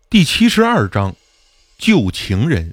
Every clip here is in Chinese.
第72章旧情人。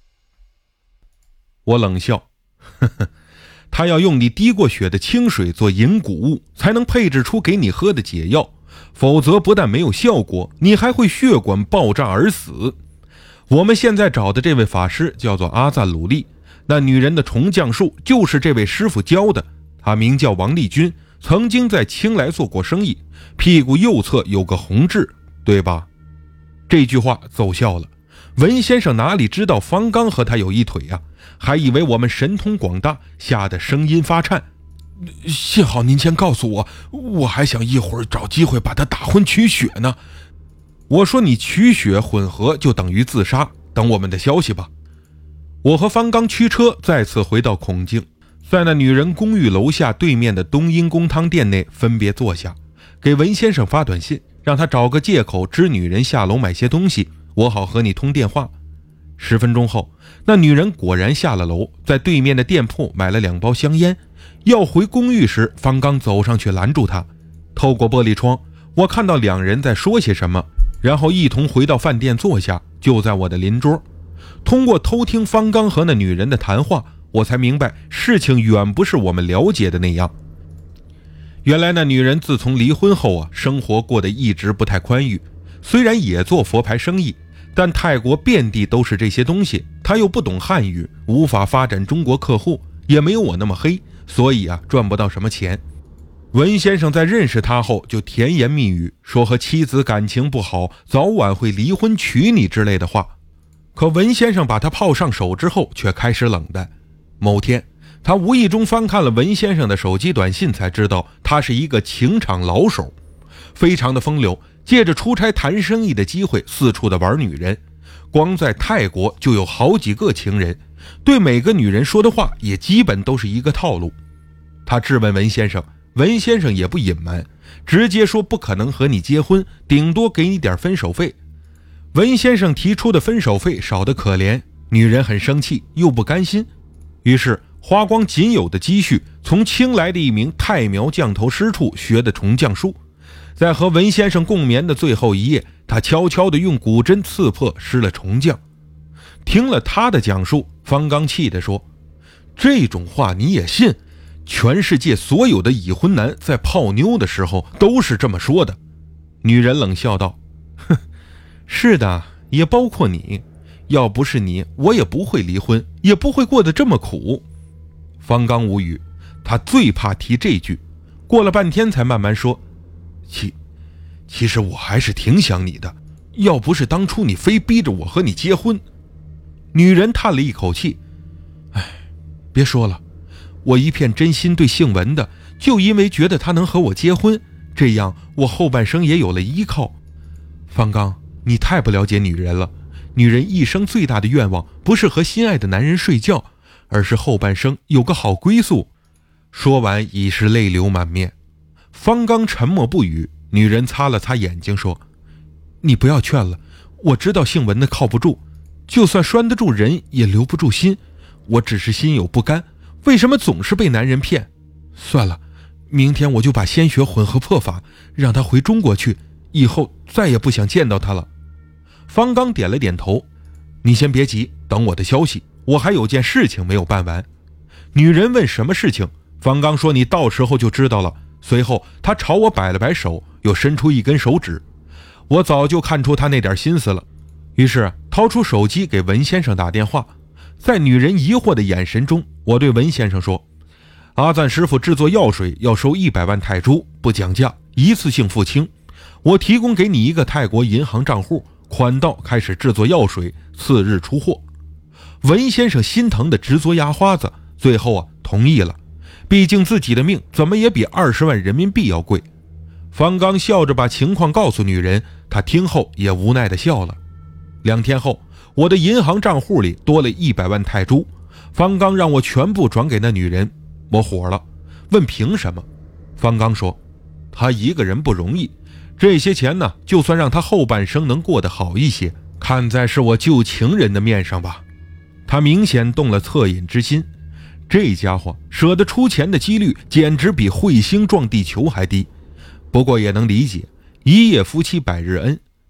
我冷笑，呵呵，他要用你滴过血的清水做引蛊物，才能配制出给你喝的解药，否则不但没有效果，你还会血管爆炸而死。我们现在找的这位法师叫做阿赞鲁利，那女人的重降术就是这位师傅教的，他名叫王立军，曾经在青来做过生意，屁股右侧有个红痣，对吧？这句话奏效了，文先生哪里知道方刚和他有一腿啊，还以为我们神通广大，吓得声音发颤。 幸好您先告诉我，我还想一会儿找机会把他打昏取血呢。 我说你取血混合就等于自杀，等我们的消息吧。我和方刚驱车再次回到孔径，在那女人公寓楼下对面的东英公汤店内分别坐下，给文先生发短信，让他找个借口支女人下楼买些东西，我好和你通电话。10分钟后，那女人果然下了楼，在对面的店铺买了2包香烟。要回公寓时，方刚走上去拦住她。透过玻璃窗，我看到2人在说些什么，然后一同回到饭店坐下，就在我的邻桌。通过偷听方刚和那女人的谈话，我才明白事情远不是我们了解的那样。原来那女人自从离婚后啊，生活过得一直不太宽裕。虽然也做佛牌生意，但泰国遍地都是这些东西，她又不懂汉语，无法发展中国客户，也没有我那么黑，所以啊，赚不到什么钱。文先生在认识她后就甜言蜜语，说和妻子感情不好，早晚会离婚娶你之类的话。可文先生把她泡上手之后，却开始冷淡。某天他无意中翻看了文先生的手机短信，才知道他是一个情场老手，非常的风流，借着出差谈生意的机会四处的玩女人，光在泰国就有好几个情人，对每个女人说的话也基本都是一个套路。他质问文先生，文先生也不隐瞒，直接说不可能和你结婚，顶多给你点分手费。文先生提出的分手费少得可怜，女人很生气又不甘心，于是花光仅有的积蓄，从青来的一名泰苗降头师处学的重降术。在和文先生共眠的最后一夜，他悄悄地用骨针刺破施了重降。听了他的讲述，方刚气地说，这种话你也信？全世界所有的已婚男在泡妞的时候都是这么说的。女人冷笑道，哼，是的，也包括你，要不是你，我也不会离婚，也不会过得这么苦。方刚无语，他最怕提这句，过了半天才慢慢说，其实我还是挺想你的，要不是当初你非逼着我和你结婚。女人叹了一口气，哎，别说了，我一片真心对姓文的，就因为觉得他能和我结婚，这样我后半生也有了依靠。方刚，你太不了解女人了，女人一生最大的愿望不是和心爱的男人睡觉，而是后半生有个好归宿。说完已是泪流满面。方刚沉默不语，女人擦了擦眼睛说，你不要劝了，我知道姓文的靠不住，就算拴得住人也留不住心，我只是心有不甘，为什么总是被男人骗？算了，明天我就把鲜血混合破法，让他回中国去，以后再也不想见到他了。方刚点了点头，你先别急，等我的消息，我还有件事情没有办完。女人问什么事情，方刚说你到时候就知道了。随后他朝我摆了摆手，又伸出一根手指。我早就看出他那点心思了，于是掏出手机给文先生打电话。在女人疑惑的眼神中，我对文先生说，阿赞师傅制作药水要收100万泰铢，不讲价，一次性付清。我提供给你一个泰国银行账户，款到开始制作药水，次日出货。文先生心疼的直嘬牙花子，最后同意了，毕竟自己的命怎么也比20万人民币要贵。方刚笑着把情况告诉女人，她听后也无奈地笑了。2天后，我的银行账户里多了100万泰铢，方刚让我全部转给那女人。我火了，问凭什么？方刚说，他一个人不容易，这些钱呢，就算让他后半生能过得好一些，看在是我旧情人的面上吧。他明显动了恻隐之心，这家伙舍得出钱的几率简直比彗星撞地球还低。不过也能理解，一夜夫妻百日恩，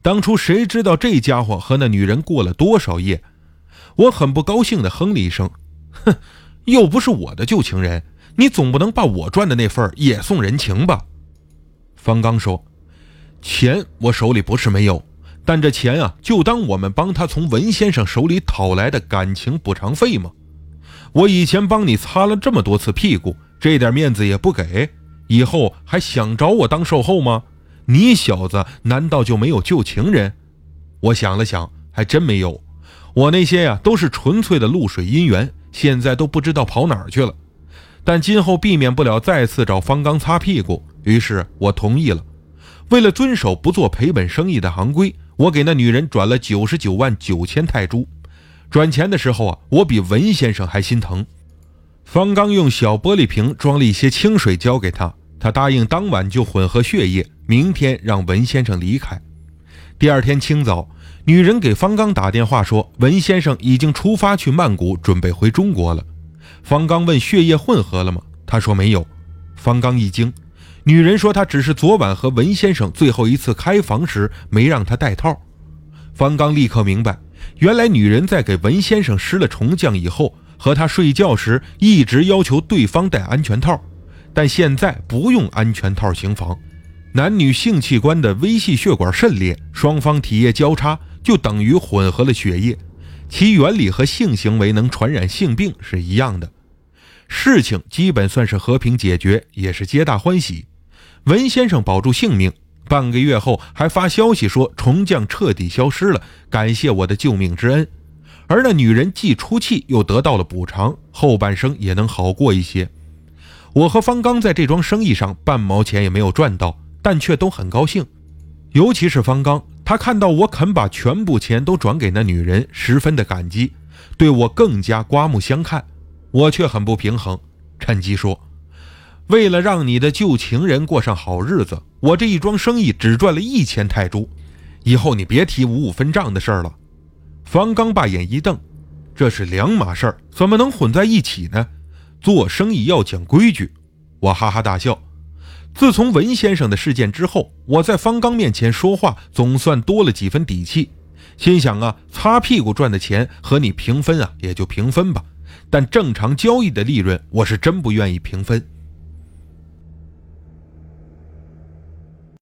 当初谁知道这家伙和那女人过了多少夜？我很不高兴地哼了一声，哼，又不是我的旧情人，你总不能把我赚的那份也送人情吧？方刚说，钱我手里不是没有，但这钱啊，就当我们帮他从文先生手里讨来的感情补偿费嘛。我以前帮你擦了这么多次屁股，这点面子也不给，以后还想找我当售后吗？你小子难道就没有旧情人？我想了想，还真没有。我那些呀，都是纯粹的露水姻缘，现在都不知道跑哪儿去了。但今后避免不了再次找方刚擦屁股，于是我同意了。为了遵守不做赔本生意的行规，我给那女人转了99万9千泰铢。转钱的时候啊，我比文先生还心疼。方刚用小玻璃瓶装了一些清水交给他，他答应当晚就混合血液，明天让文先生离开。第二天清早，女人给方刚打电话说，文先生已经出发去曼谷，准备回中国了。方刚问血液混合了吗？他说没有。方刚一惊，女人说她只是昨晚和文先生最后一次开房时没让他戴套。方刚立刻明白，原来女人在给文先生施了虫降以后，和他睡觉时一直要求对方戴安全套，但现在不用安全套行房。男女性器官的微细血管渗裂，双方体液交叉，就等于混合了血液，其原理和性行为能传染性病是一样的。事情基本算是和平解决，也是皆大欢喜。文先生保住性命，半个月后还发消息说虫降彻底消失了，感谢我的救命之恩。而那女人既出气又得到了补偿，后半生也能好过一些。我和方刚在这桩生意上半毛钱也没有赚到，但却都很高兴。尤其是方刚，他看到我肯把全部钱都转给那女人，十分的感激，对我更加刮目相看。我却很不平衡，趁机说，为了让你的旧情人过上好日子，我这一桩生意只赚了1000泰铢，以后你别提五五分账的事儿了。方刚把眼一瞪，这是两码事儿，怎么能混在一起呢？做生意要讲规矩。我哈哈大笑。自从文先生的事件之后，我在方刚面前说话总算多了几分底气，心想啊，擦屁股赚的钱和你平分啊，也就平分吧，但正常交易的利润我是真不愿意平分。